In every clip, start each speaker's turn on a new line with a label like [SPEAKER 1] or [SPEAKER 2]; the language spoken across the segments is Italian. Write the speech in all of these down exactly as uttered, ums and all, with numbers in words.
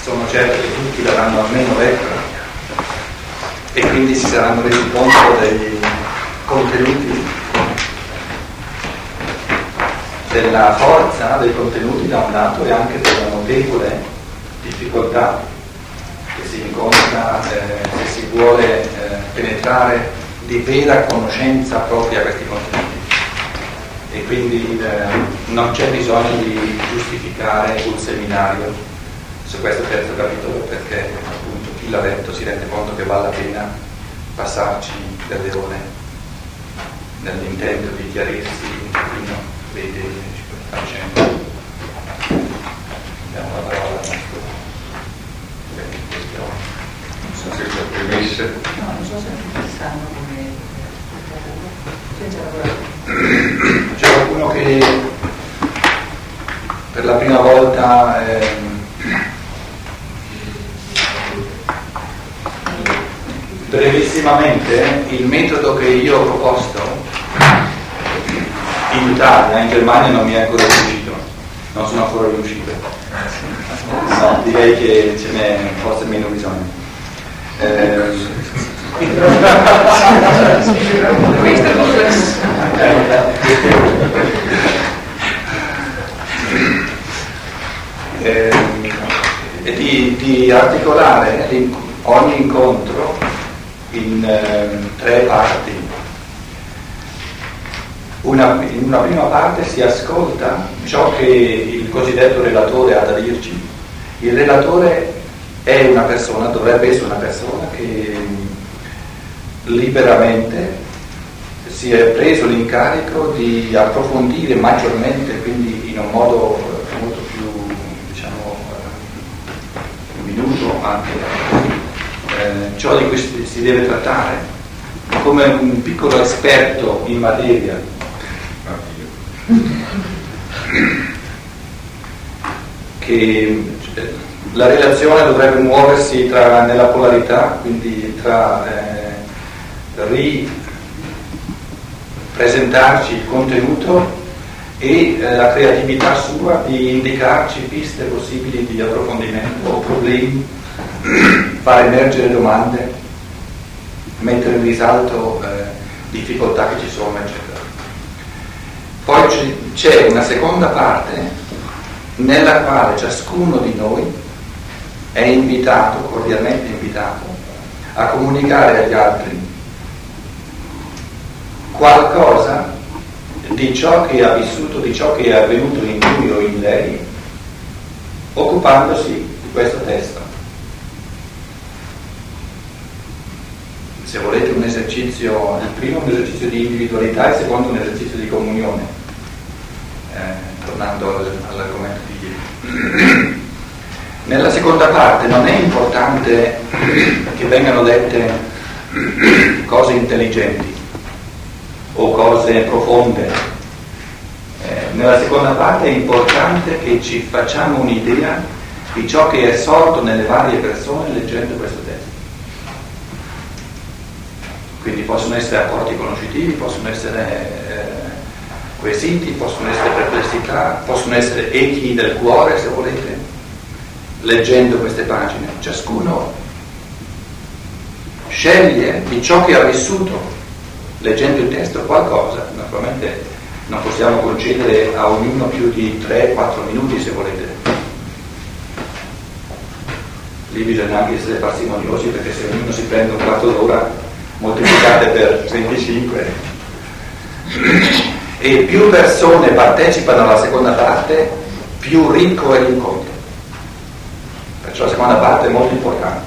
[SPEAKER 1] sono certo che tutti l'avranno almeno letto e quindi si saranno resi conto dei contenuti, della forza dei contenuti da un lato e anche della notevole difficoltà che si incontra eh, se si vuole eh, penetrare di vera conoscenza propria a questi contenuti. E quindi eh, non c'è bisogno di giustificare un seminario su questo terzo capitolo, perché appunto chi l'ha letto si rende conto che vale la pena passarci delle ore nell'intento di chiarirsi un pochino le idee che ci sta dicendo. Diamo la parola al nostro
[SPEAKER 2] non so se le premesse.
[SPEAKER 3] No, non so se sanno come senza lavorare.
[SPEAKER 1] C'è qualcuno che per la prima volta ehm, brevissimamente il metodo che io ho proposto in Italia, in Germania non mi è ancora riuscito, non sono ancora riuscito, no, direi che ce n'è forse meno bisogno. Eh, eh, e di, di articolare ogni incontro in eh, tre parti. Una, in una prima parte si ascolta ciò che il cosiddetto relatore ha da dirci. Il relatore è una persona, dovrebbe essere una persona che liberamente si è preso l'incarico di approfondire maggiormente, quindi in un modo molto più, diciamo, minuto anche, eh, ciò di cui si deve trattare, come un piccolo esperto in materia. Che la relazione dovrebbe muoversi tra, nella polarità, quindi tra eh, ripresentarci il contenuto e eh, la creatività sua di indicarci piste possibili di approfondimento o problemi, far emergere domande, mettere in risalto eh, difficoltà che ci sono, eccetera. Poi c'è una seconda parte nella quale ciascuno di noi è invitato, cordialmente invitato, a comunicare agli altri qualcosa di ciò che ha vissuto, di ciò che è avvenuto in lui o in lei, occupandosi di questo testo. Se volete un esercizio, il primo è un esercizio di individualità, il secondo è un esercizio di comunione, eh, tornando all'argomento di ieri. Nella seconda parte non è importante che vengano dette cose intelligenti o cose profonde. Eh, nella seconda parte è importante che ci facciamo un'idea di ciò che è sorto nelle varie persone leggendo questo testo. Quindi possono essere apporti conoscitivi, possono essere eh, quesiti, possono essere perplessità, possono essere echi del cuore, se volete, leggendo queste pagine. Ciascuno sceglie di ciò che ha vissuto leggendo il testo qualcosa. Naturalmente non possiamo concedere a ognuno più di tre quattro minuti, se volete. Lì bisogna anche essere parsimoniosi, perché se ognuno si prende un quarto d'ora moltiplicate per venticinque e più persone partecipano alla seconda parte, più ricco è l'incontro. Perciò la seconda parte è molto importante.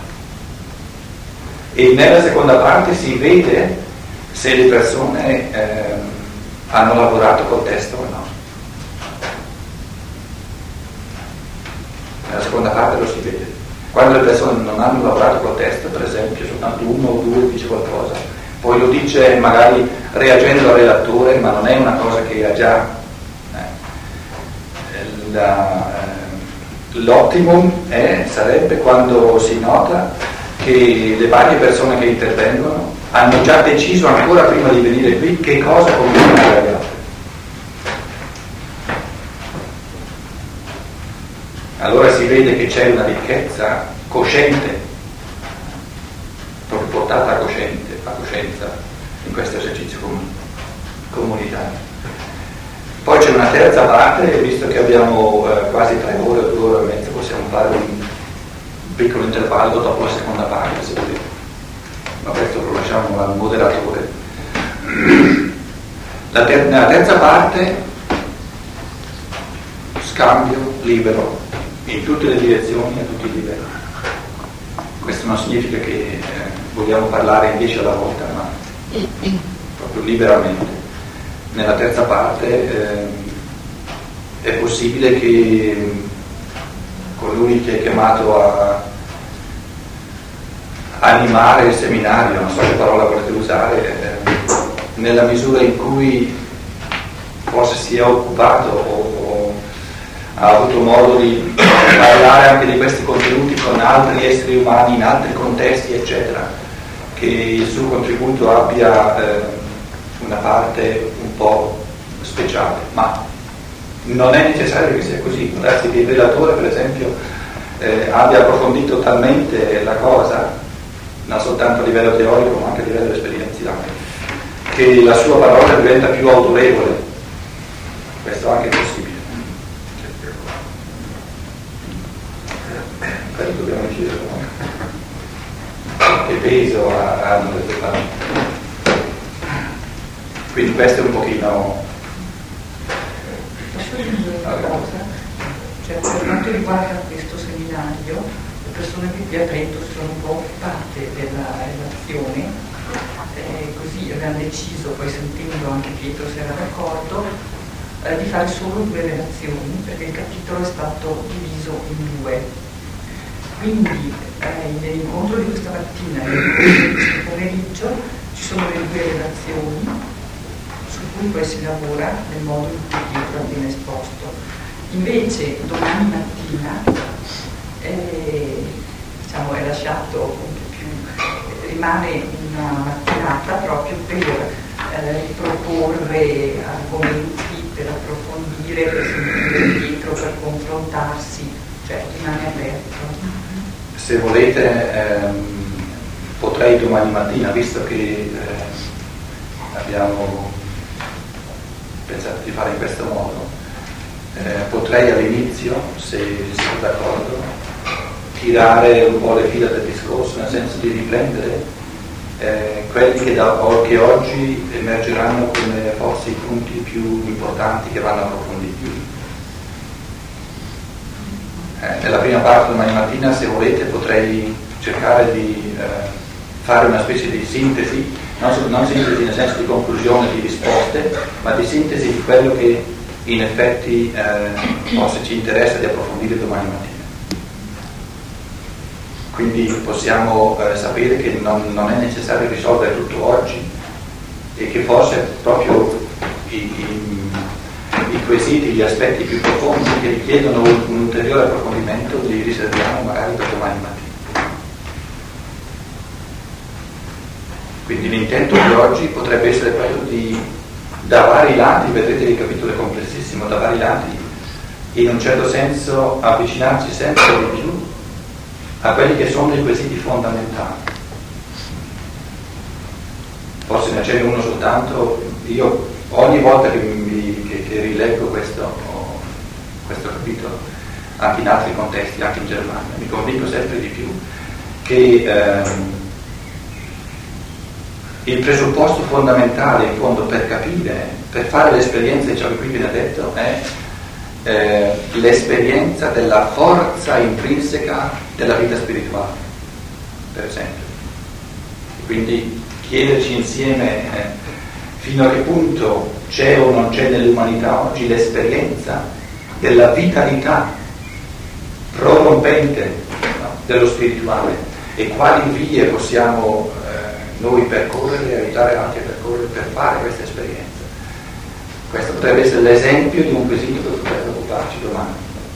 [SPEAKER 1] E nella seconda parte si vede se le persone eh, hanno lavorato col testo o no. Nella seconda parte lo si vede. Quando le persone non hanno lavorato col testo, per esempio, soltanto uno o due dice qualcosa, poi lo dice magari reagendo al relatore, ma non è una cosa che ha già. Eh, la, eh, l'optimum è, sarebbe quando si nota che le varie persone che intervengono hanno già deciso ancora prima di venire qui che cosa comunicare agli altri. allora si vede che c'è una ricchezza cosciente, proprio portata a cosciente, a coscienza in questo esercizio com- comunitario. Poi c'è una terza parte, visto che abbiamo eh, quasi tre ore, due ore e mezza, possiamo fare un piccolo intervallo dopo la seconda parte, se volete. Ma questo lo lasciamo al moderatore. La ter- nella terza parte, scambio libero, in tutte le direzioni, a tutti i livelli. Questo non significa che eh, vogliamo parlare in dieci alla volta, ma proprio liberamente. Nella terza parte eh, è possibile che colui che è chiamato a animare il seminario, non so che parola volete usare, eh, nella misura in cui forse si è occupato o, o ha avuto modo di parlare anche di questi contenuti con altri esseri umani in altri contesti, eccetera, che il suo contributo abbia eh, una parte un po' speciale, ma non è necessario che sia così. Può darsi che il relatore, per esempio, eh, abbia approfondito talmente la cosa, non soltanto a livello teorico ma anche a livello esperienziale, che la sua parola diventa più autorevole. Questo anche è possibile. Questo dobbiamo decidere che peso hanno queste parole. Quindi questo è un pochino...
[SPEAKER 3] Posso aggiungere una cosa? Cioè, per quanto riguarda questo seminario, le persone che qui a Trento sono un po' occupate della relazione, eh, così abbiamo deciso, poi sentendo anche Pietro se era d'accordo, eh, di fare solo due relazioni, perché il capitolo è stato diviso in due. Quindi eh, nell'incontro di questa mattina e di questo pomeriggio ci sono le due relazioni su cui poi si lavora nel modo in cui Pietro viene esposto. Invece domani mattina eh, diciamo, è lasciato più, rimane una mattinata proprio per eh, riproporre argomenti, per approfondire, per sentire Pietro, per confrontarsi, cioè rimane aperto.
[SPEAKER 1] Se volete ehm, potrei domani mattina, visto che eh, abbiamo pensato di fare in questo modo, eh, potrei all'inizio, se siete d'accordo, tirare un po' le fila del discorso, nel senso di riprendere eh, quelli che, da, che oggi emergeranno come forse i punti più importanti che vanno approfonditi. Eh, nella prima parte domani mattina, se volete, potrei cercare di eh, fare una specie di sintesi, non, so, non sintesi nel senso di conclusione, di risposte, ma di sintesi di quello che in effetti eh, forse ci interessa di approfondire domani mattina. Quindi possiamo eh, sapere che non, non è necessario risolvere tutto oggi e che forse proprio i, i i quesiti, gli aspetti più profondi che richiedono un, un ulteriore approfondimento li riserviamo magari per domani mattina. Quindi l'intento di oggi potrebbe essere quello di, da vari lati, vedrete che il capitolo è complessissimo, da vari lati, in un certo senso avvicinarci sempre di più a quelli che sono i quesiti fondamentali. Forse ne accenno uno soltanto. Io ogni volta che mi che, che rileggo questo, questo capitolo, anche in altri contesti, anche in Germania, mi convinco sempre di più che ehm, il presupposto fondamentale in fondo per capire, per fare l'esperienza di ciò che qui viene detto è eh, l'esperienza della forza intrinseca della vita spirituale, per esempio. Quindi chiederci insieme eh, fino a che punto c'è o non c'è nell'umanità oggi l'esperienza della vitalità prorompente, no, dello spirituale, e quali vie possiamo eh, noi percorrere e aiutare altri a percorrere per fare questa esperienza. Questo potrebbe essere l'esempio di un quesito che potrebbe occuparci domani.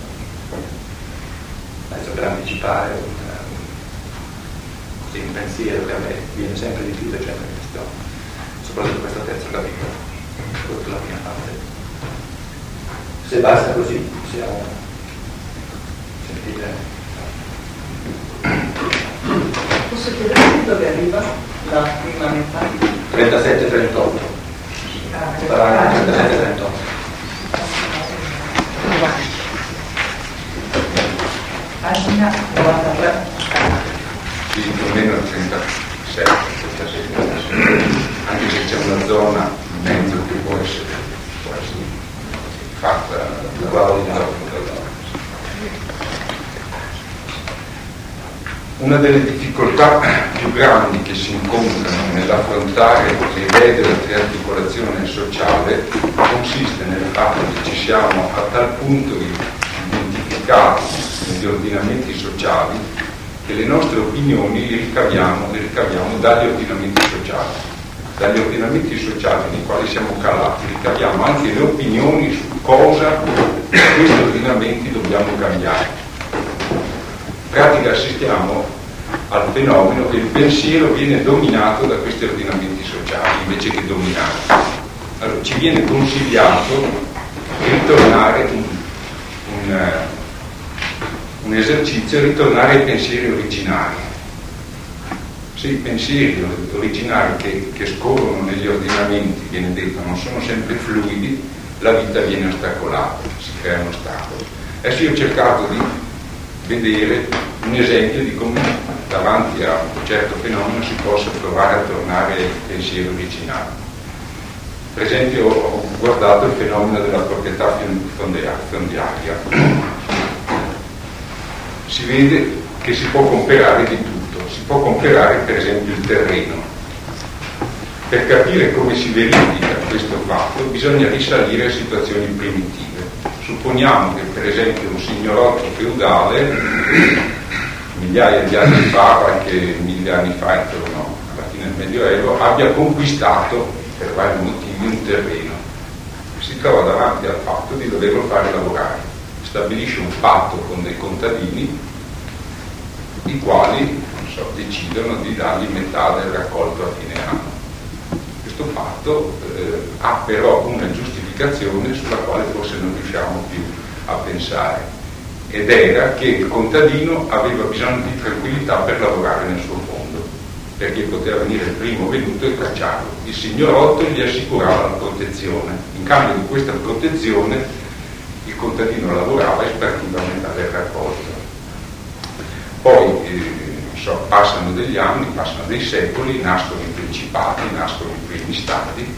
[SPEAKER 1] Adesso per anticipare un, un, un pensiero che a me viene sempre di più da gente questione, soprattutto questo terzo capitolo, soprattutto la prima parte. Se basta così, siamo
[SPEAKER 3] Posso chiedere dove arriva la prima metà?
[SPEAKER 1] trentasette trentotto.
[SPEAKER 3] Ah,
[SPEAKER 1] trentasette trentotto.
[SPEAKER 3] Pagina novantatré.
[SPEAKER 2] Sì, più o meno trentasette, trentasette, anche se c'è una zona in mezzo che può essere, può essere fatta da quale Una delle difficoltà più grandi che si incontrano nell'affrontare le idee della triarticolazione sociale consiste nel fatto che ci siamo a tal punto identificati negli ordinamenti sociali che le nostre opinioni le ricaviamo, le ricaviamo dagli ordinamenti sociali. Dagli ordinamenti sociali nei quali siamo calati ricaviamo anche le opinioni su cosa questi ordinamenti dobbiamo cambiare. In pratica assistiamo al fenomeno che il pensiero viene dominato da questi ordinamenti sociali invece che dominato. Allora, ci viene consigliato di ritornare un, un, un esercizio, ritornare ai pensieri originari. Se i pensieri originari che, che scorrono negli ordinamenti, viene detto, non sono sempre fluidi, la vita viene ostacolata, si creano ostacoli. Adesso io ho cercato di vedere un esempio di come davanti a un certo fenomeno si possa provare a tornare ai pensieri originali. Per esempio ho guardato il fenomeno della proprietà fondiaria. Si vede che si può comprare di tutto, si può comprare per esempio il terreno. Per capire come si verifica questo fatto bisogna risalire a situazioni primitive. Supponiamo che per esempio un signorotto feudale migliaia di anni fa, qualche mille anni fa, intorno alla fine del Medioevo, abbia conquistato per vari motivi un terreno. Si trova davanti al fatto di doverlo fare lavorare. Stabilisce un patto con dei contadini, i quali non so, decidono di dargli metà del raccolto a fine anno. Questo patto eh, ha però una giustificazione sulla quale forse non riusciamo più a pensare, ed era che il contadino aveva bisogno di tranquillità per lavorare nel suo fondo, perché poteva venire il primo venuto e cacciarlo. Il signorotto gli assicurava la protezione, in cambio di questa protezione il contadino lavorava e spartiva metà del raccolto. Poi eh, so, passano degli anni, passano dei secoli, nascono i principati, nascono i primi stati,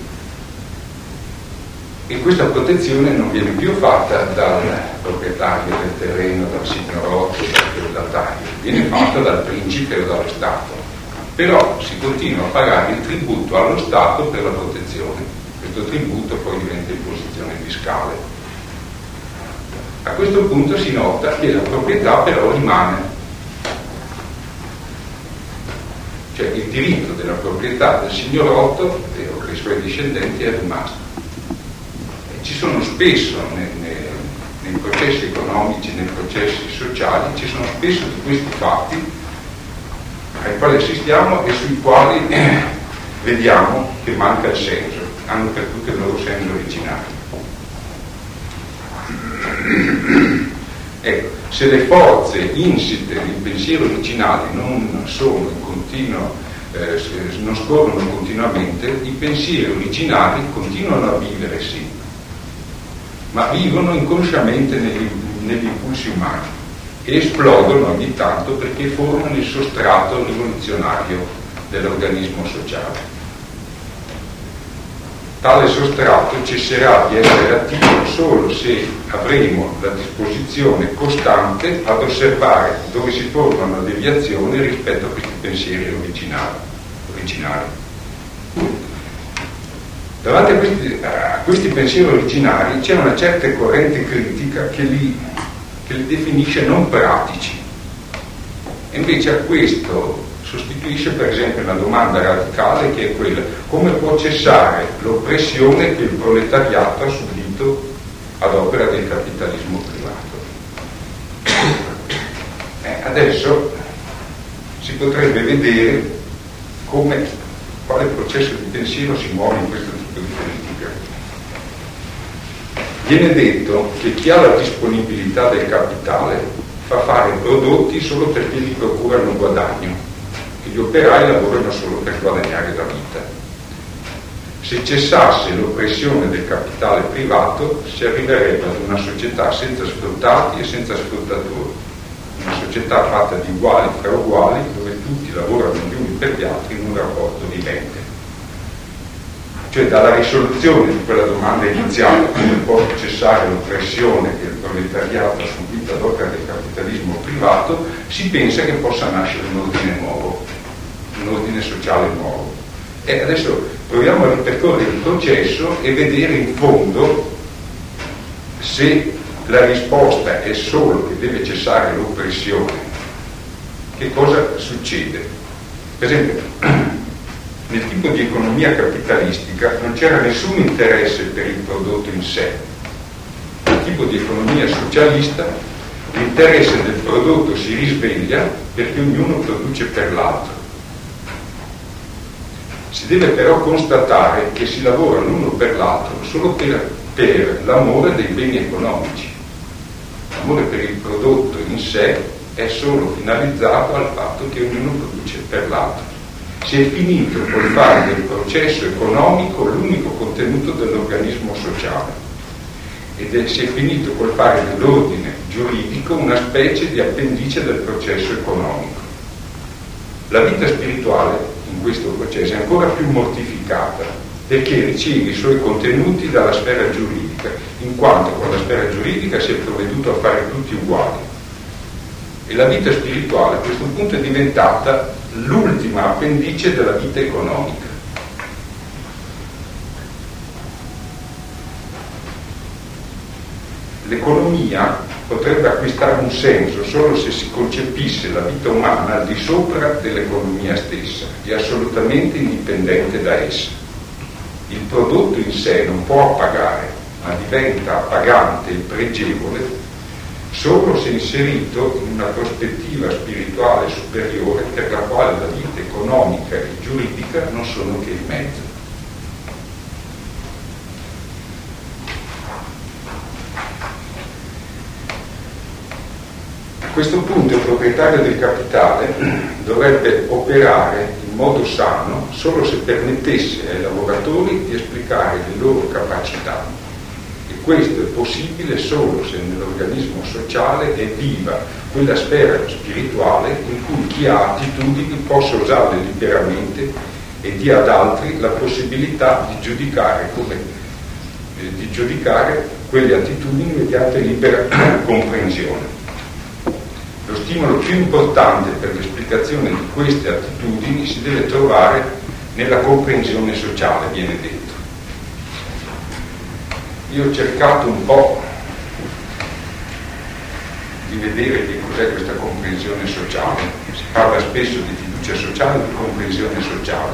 [SPEAKER 2] e questa protezione non viene più fatta dal proprietario del terreno, dal signorotto, dal feudatario, viene fatta dal principe o dallo Stato. Però si continua a pagare il tributo allo Stato per la protezione. Questo tributo poi diventa imposizione fiscale. A questo punto si nota che la proprietà però rimane. Cioè il diritto della proprietà del signorotto o dei suoi discendenti è rimasto. Ci sono spesso nei, nei, nei processi economici, nei processi sociali, ci sono spesso di questi fatti ai quali assistiamo e sui quali eh, vediamo che manca il senso, hanno perduto il loro senso originario. Ecco, se le forze insite nei pensieri originali non sono in continuo, eh, non scorrono continuamente, i pensieri originali continuano a vivere sì, ma vivono inconsciamente negli, negli impulsi umani e esplodono ogni tanto perché formano il sostrato rivoluzionario dell'organismo sociale. Tale sostrato cesserà di essere attivo solo se avremo la disposizione costante ad osservare dove si formano deviazioni rispetto a questi pensieri originali. originali. Davanti a questi, a questi pensieri originari c'è una certa corrente critica che li, che li definisce non pratici, e invece a questo sostituisce per esempio una domanda radicale che è quella: come può cessare l'oppressione che il proletariato ha subito ad opera del capitalismo privato? Eh, adesso si potrebbe vedere come, quale processo di pensiero si muove in questo tipo di politica. Viene detto che chi ha la disponibilità del capitale fa fare prodotti solo perché gli procurano guadagno e gli operai lavorano solo per guadagnare la vita. Se cessasse l'oppressione del capitale privato, si arriverebbe ad una società senza sfruttati e senza sfruttatori, una società fatta di uguali fra uguali, dove tutti lavorano gli uni per gli altri in un rapporto vivente. Cioè, dalla risoluzione di quella domanda iniziale, come può cessare l'oppressione che il proletariato ha subito ad opera del capitalismo privato, si pensa che possa nascere un ordine nuovo, un ordine sociale nuovo. E adesso proviamo a ripercorrere il processo e vedere in fondo se la risposta è solo che deve cessare l'oppressione. Che cosa succede? Per esempio, nel tipo di economia capitalistica non c'era nessun interesse per il prodotto in sé. Nel tipo di economia socialista l'interesse del prodotto si risveglia perché ognuno produce per l'altro. Si deve però constatare che si lavora l'uno per l'altro solo per, per l'amore dei beni economici. L'amore per il prodotto in sé è solo finalizzato al fatto che ognuno produce per l'altro. Si è finito col fare del processo economico l'unico contenuto dell'organismo sociale ed è, si è finito col fare dell'ordine giuridico una specie di appendice del processo economico. La vita spirituale in questo processo è ancora più mortificata perché riceve i suoi contenuti dalla sfera giuridica, in quanto con la sfera giuridica si è provveduto a fare tutti uguali. E la vita spirituale a questo punto è diventata l'ultima appendice della vita economica. L'economia potrebbe acquistare un senso solo se si concepisse la vita umana al di sopra dell'economia stessa e assolutamente indipendente da essa. Il prodotto in sé non può appagare, ma diventa appagante e pregevole solo se inserito in una prospettiva spirituale superiore per la quale la vita economica e giuridica non sono che il mezzo. A questo punto il proprietario del capitale dovrebbe operare in modo sano solo se permettesse ai lavoratori di esplicare le loro capacità. E questo è possibile solo se nell'organismo sociale è viva quella sfera spirituale in cui chi ha attitudini possa usarle liberamente e dia ad altri la possibilità di giudicare, come, eh, di giudicare quelle attitudini mediante libera comprensione. Lo stimolo più importante per l'esplicazione di queste attitudini si deve trovare nella comprensione sociale, viene detto. Io ho cercato un po' di vedere che cos'è questa comprensione sociale. Si parla spesso di fiducia sociale e di comprensione sociale.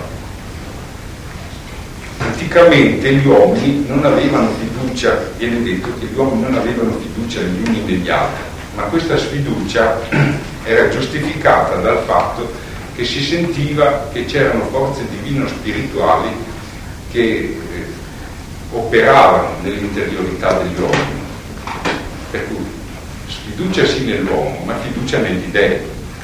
[SPEAKER 2] Anticamente gli uomini non avevano fiducia, viene detto che gli uomini non avevano fiducia negli uni negli altri, ma questa sfiducia era giustificata dal fatto che si sentiva che c'erano forze divino-spirituali che eh, operavano nell'interiorità degli uomini. Per cui sfiducia sì nell'uomo, ma fiducia negli dei.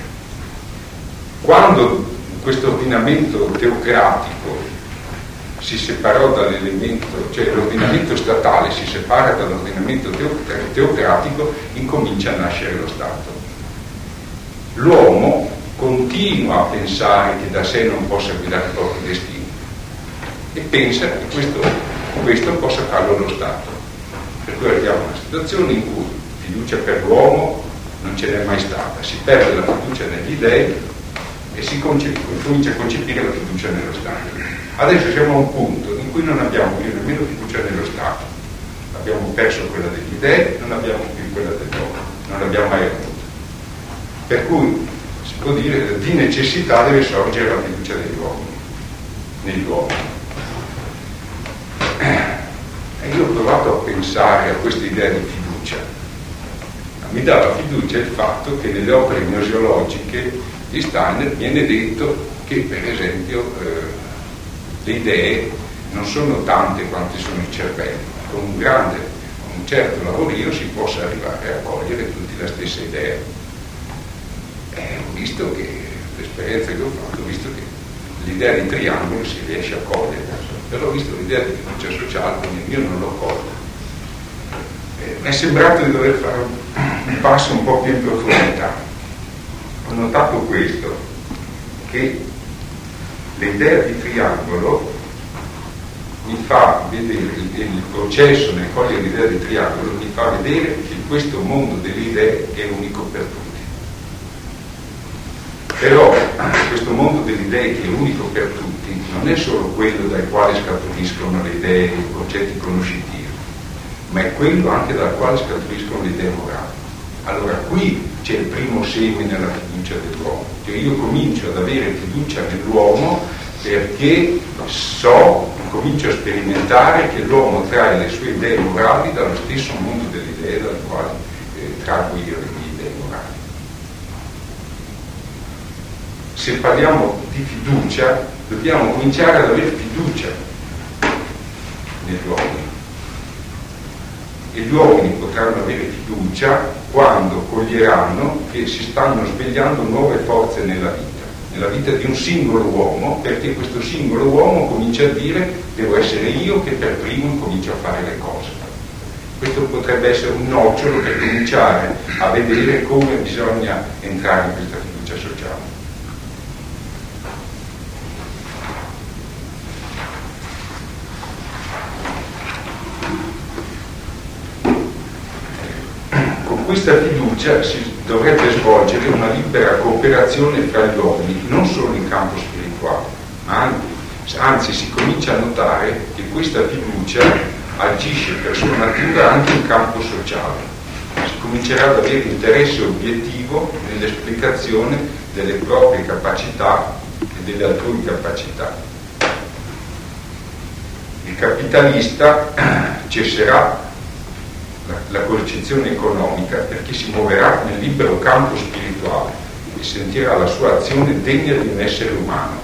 [SPEAKER 2] Quando questo ordinamento teocratico si separò dall'elemento, cioè l'ordinamento statale si separa dall'ordinamento teocratico, incomincia a nascere lo Stato. L'uomo continua a pensare che da sé non possa guidare il proprio destino e pensa che questo, questo possa farlo lo Stato. Per cui arriviamo a una situazione in cui fiducia per l'uomo non ce n'è mai stata, si perde la fiducia negli dei e si comincia a concepire la fiducia nello Stato. Adesso siamo a un punto in cui non abbiamo più nemmeno fiducia nello Stato, abbiamo perso quella degli dei, non abbiamo più quella dell'uomo, non l'abbiamo mai avuta. Per cui si può dire che di necessità deve sorgere la fiducia degli uomini, negli uomini. E io ho provato a pensare a questa idea di fiducia. Mi dava fiducia il fatto che nelle opere gnoseologiche di Steiner viene detto che, per esempio, eh, le idee non sono tante quante sono i cervelli, con un grande, con un certo lavorio si possa arrivare a cogliere tutti la stessa idea. visto che, l'esperienza che ho fatto, ho visto che l'idea di triangolo si riesce a cogliere, però ho visto l'idea di fiducia sociale, quindi io non l'ho colta. Eh, mi è sembrato di dover fare un passo un po' più in profondità. Ho notato questo, che l'idea di triangolo mi fa vedere, il processo nel cogliere l'idea di triangolo mi fa vedere che questo mondo delle idee è unico per tutti. Però questo mondo delle idee che è unico per tutti non è solo quello dal quale scaturiscono le idee, i concetti conoscitivi, ma è quello anche dal quale scaturiscono le idee morali. Allora qui c'è il primo seme nella fiducia dell'uomo, che io comincio ad avere fiducia nell'uomo perché so, comincio a sperimentare che l'uomo trae le sue idee morali dallo stesso mondo delle idee dal quale eh, traggo io le mie idee morali. Se parliamo di fiducia, dobbiamo cominciare ad avere fiducia negli uomini. E gli uomini potranno avere fiducia quando coglieranno che si stanno svegliando nuove forze nella vita, nella vita di un singolo uomo, perché questo singolo uomo comincia a dire: devo essere io che per primo comincio a fare le cose. Questo potrebbe essere un nocciolo per cominciare a vedere come bisogna entrare in questa fiducia sociale. Questa fiducia si dovrebbe svolgere una libera cooperazione fra gli uomini, non solo in campo spirituale, ma anzi, anzi si comincia a notare che questa fiducia agisce per sua natura anche in campo sociale. Si comincerà ad avere interesse obiettivo nell'esplicazione delle proprie capacità e delle altrui capacità. Il capitalista cesserà la concezione economica perché si muoverà nel libero campo spirituale e sentirà la sua azione degna di un essere umano.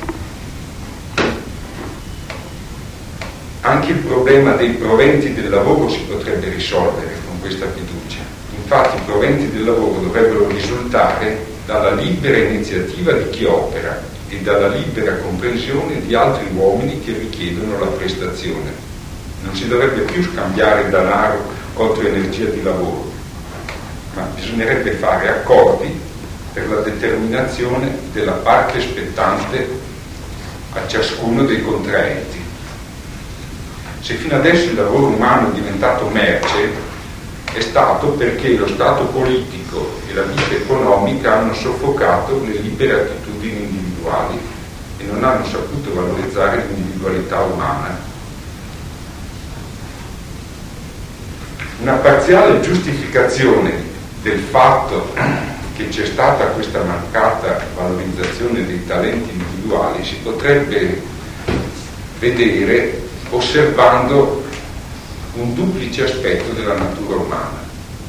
[SPEAKER 2] Anche il problema dei proventi del lavoro si potrebbe risolvere con questa fiducia. Infatti i proventi del lavoro dovrebbero risultare dalla libera iniziativa di chi opera e dalla libera comprensione di altri uomini che richiedono la prestazione. Non si dovrebbe più scambiare denaro contro energia di lavoro, ma bisognerebbe fare accordi per la determinazione della parte spettante a ciascuno dei contraenti. Se fino adesso il lavoro umano è diventato merce, è stato perché lo stato politico e la vita economica hanno soffocato le libere attitudini individuali e non hanno saputo valorizzare l'individualità umana. Una parziale giustificazione del fatto che c'è stata questa mancata valorizzazione dei talenti individuali si potrebbe vedere osservando un duplice aspetto della natura umana.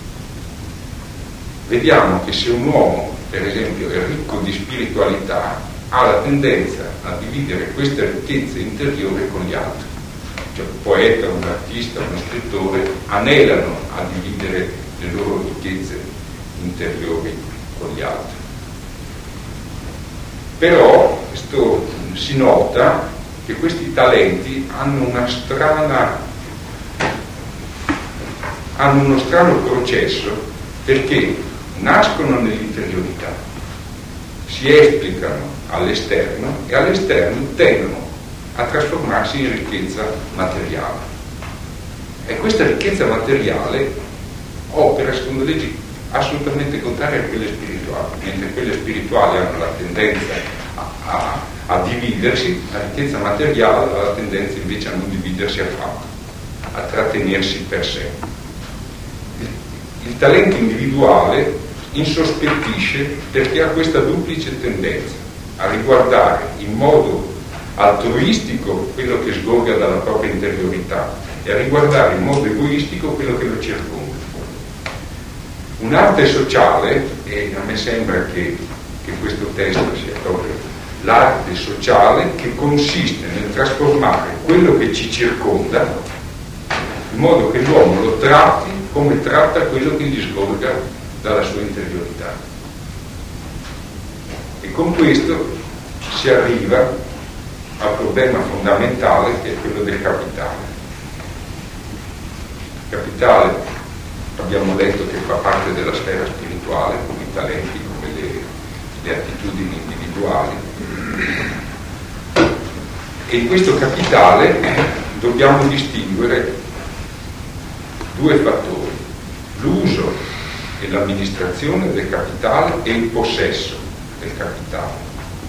[SPEAKER 2] Vediamo che se un uomo, per esempio, è ricco di spiritualità, ha la tendenza a dividere questa ricchezza interiore con gli altri. Cioè, un poeta, un artista, uno scrittore anelano a dividere le loro ricchezze interiori con gli altri. Però questo, si nota che questi talenti hanno una strana hanno uno strano processo, perché nascono nell'interiorità, si esplicano all'esterno e all'esterno tendono a trasformarsi in ricchezza materiale. E questa ricchezza materiale opera secondo leggi assolutamente contrarie a quelle spirituali, mentre quelle spirituali hanno la tendenza a, a, a dividersi, la ricchezza materiale ha la tendenza invece a non dividersi affatto, a trattenersi per sé. Il, il talento individuale insospettisce perché ha questa duplice tendenza a riguardare in modo altruistico quello che sgorga dalla propria interiorità e a riguardare in modo egoistico quello che lo circonda. Un'arte sociale, e a me sembra che, che questo testo sia proprio l'arte sociale, che consiste nel trasformare quello che ci circonda in modo che l'uomo lo tratti come tratta quello che gli sgorga dalla sua interiorità. con questo si arriva al problema fondamentale, che è quello del capitale. Il capitale abbiamo detto che fa parte della sfera spirituale, come i talenti, come le, le attitudini individuali. E in questo capitale dobbiamo distinguere due fattori: l'uso e l'amministrazione del capitale e il possesso del capitale.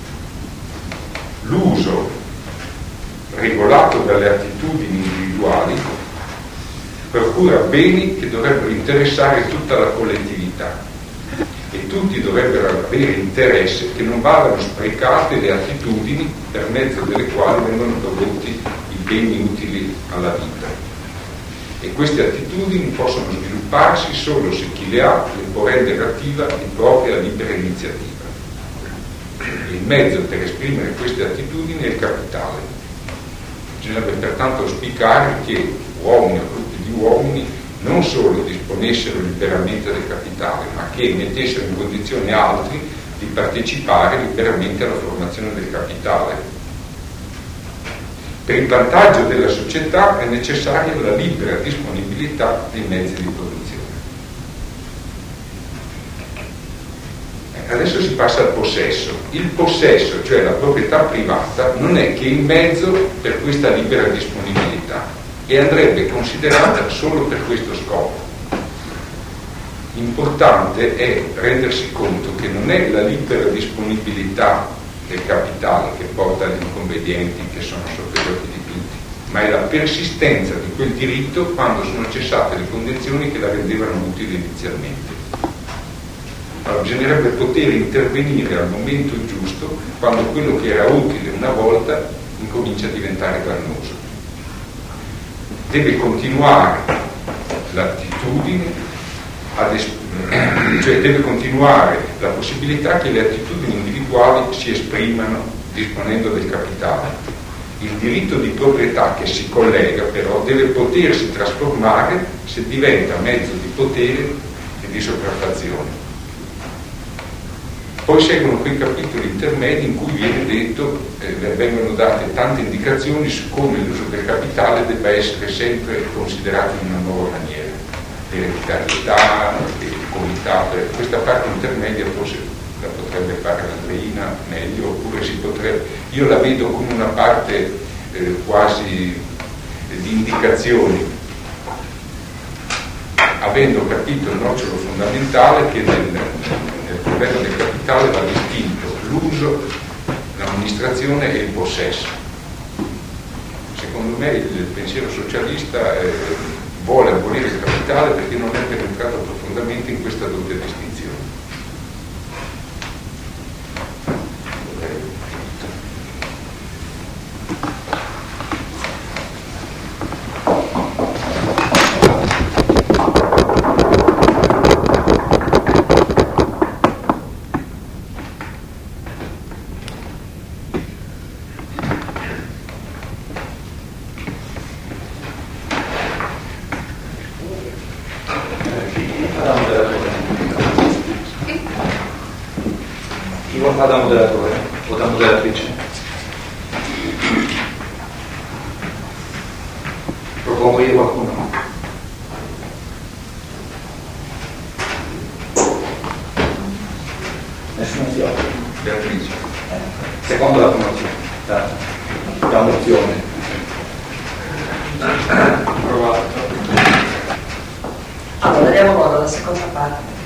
[SPEAKER 2] L'uso, regolato dalle attitudini individuali, procura beni che dovrebbero interessare tutta la collettività e tutti dovrebbero avere interesse che non vadano sprecate le attitudini per mezzo delle quali vengono prodotti i beni utili alla vita. E queste attitudini possono svilupparsi solo se chi le ha le può rendere attiva in propria libera iniziativa. E il mezzo per esprimere queste attitudini è il capitale. Bisognerebbe pertanto auspicare che uomini o gruppi di uomini non solo disponessero liberamente del capitale, ma che mettessero in condizione altri di partecipare liberamente alla formazione del capitale. Per il vantaggio della società è necessaria la libera disponibilità dei mezzi di produzione. Adesso si passa al possesso. Il possesso, cioè la proprietà privata, non è che il mezzo per questa libera disponibilità e andrebbe considerata solo per questo scopo. Importante è rendersi conto che non è la libera disponibilità del capitale che porta agli inconvenienti che sono sotto gli occhi di tutti, ma è la persistenza di quel diritto quando sono cessate le condizioni che la rendevano utile inizialmente. Allora, bisognerebbe poter intervenire al momento giusto quando quello che era utile una volta incomincia a diventare dannoso. Deve continuare l'attitudine ad es- cioè deve continuare la possibilità che le attitudini individuali si esprimano disponendo del capitale. Il diritto di proprietà che si collega però deve potersi trasformare se diventa mezzo di potere e di sopraffazione. Poi seguono quei capitoli intermedi in cui viene detto, eh, vengono date tante indicazioni su come l'uso del capitale debba essere sempre considerato in una nuova maniera. L'ereditarietà, il comitato, questa parte intermedia forse la potrebbe fare l'Andreina meglio, oppure si potrebbe, io la vedo come una parte eh, quasi di indicazioni, avendo capito il nocciolo fondamentale che nel, nel problema del capitale va distinto l'uso, l'amministrazione e il possesso. Secondo me il pensiero socialista eh, vuole abolire il capitale perché non è penetrato profondamente in questa doppia distinzione.
[SPEAKER 1] Fa da moderatore o da moderatrice. Propongo io qualcuno. Nessuno si offre.
[SPEAKER 2] Beatrice.
[SPEAKER 1] Eh. Secondo la promozione, la, la mozione.
[SPEAKER 3] Provato. Allora andiamo ora alla seconda parte.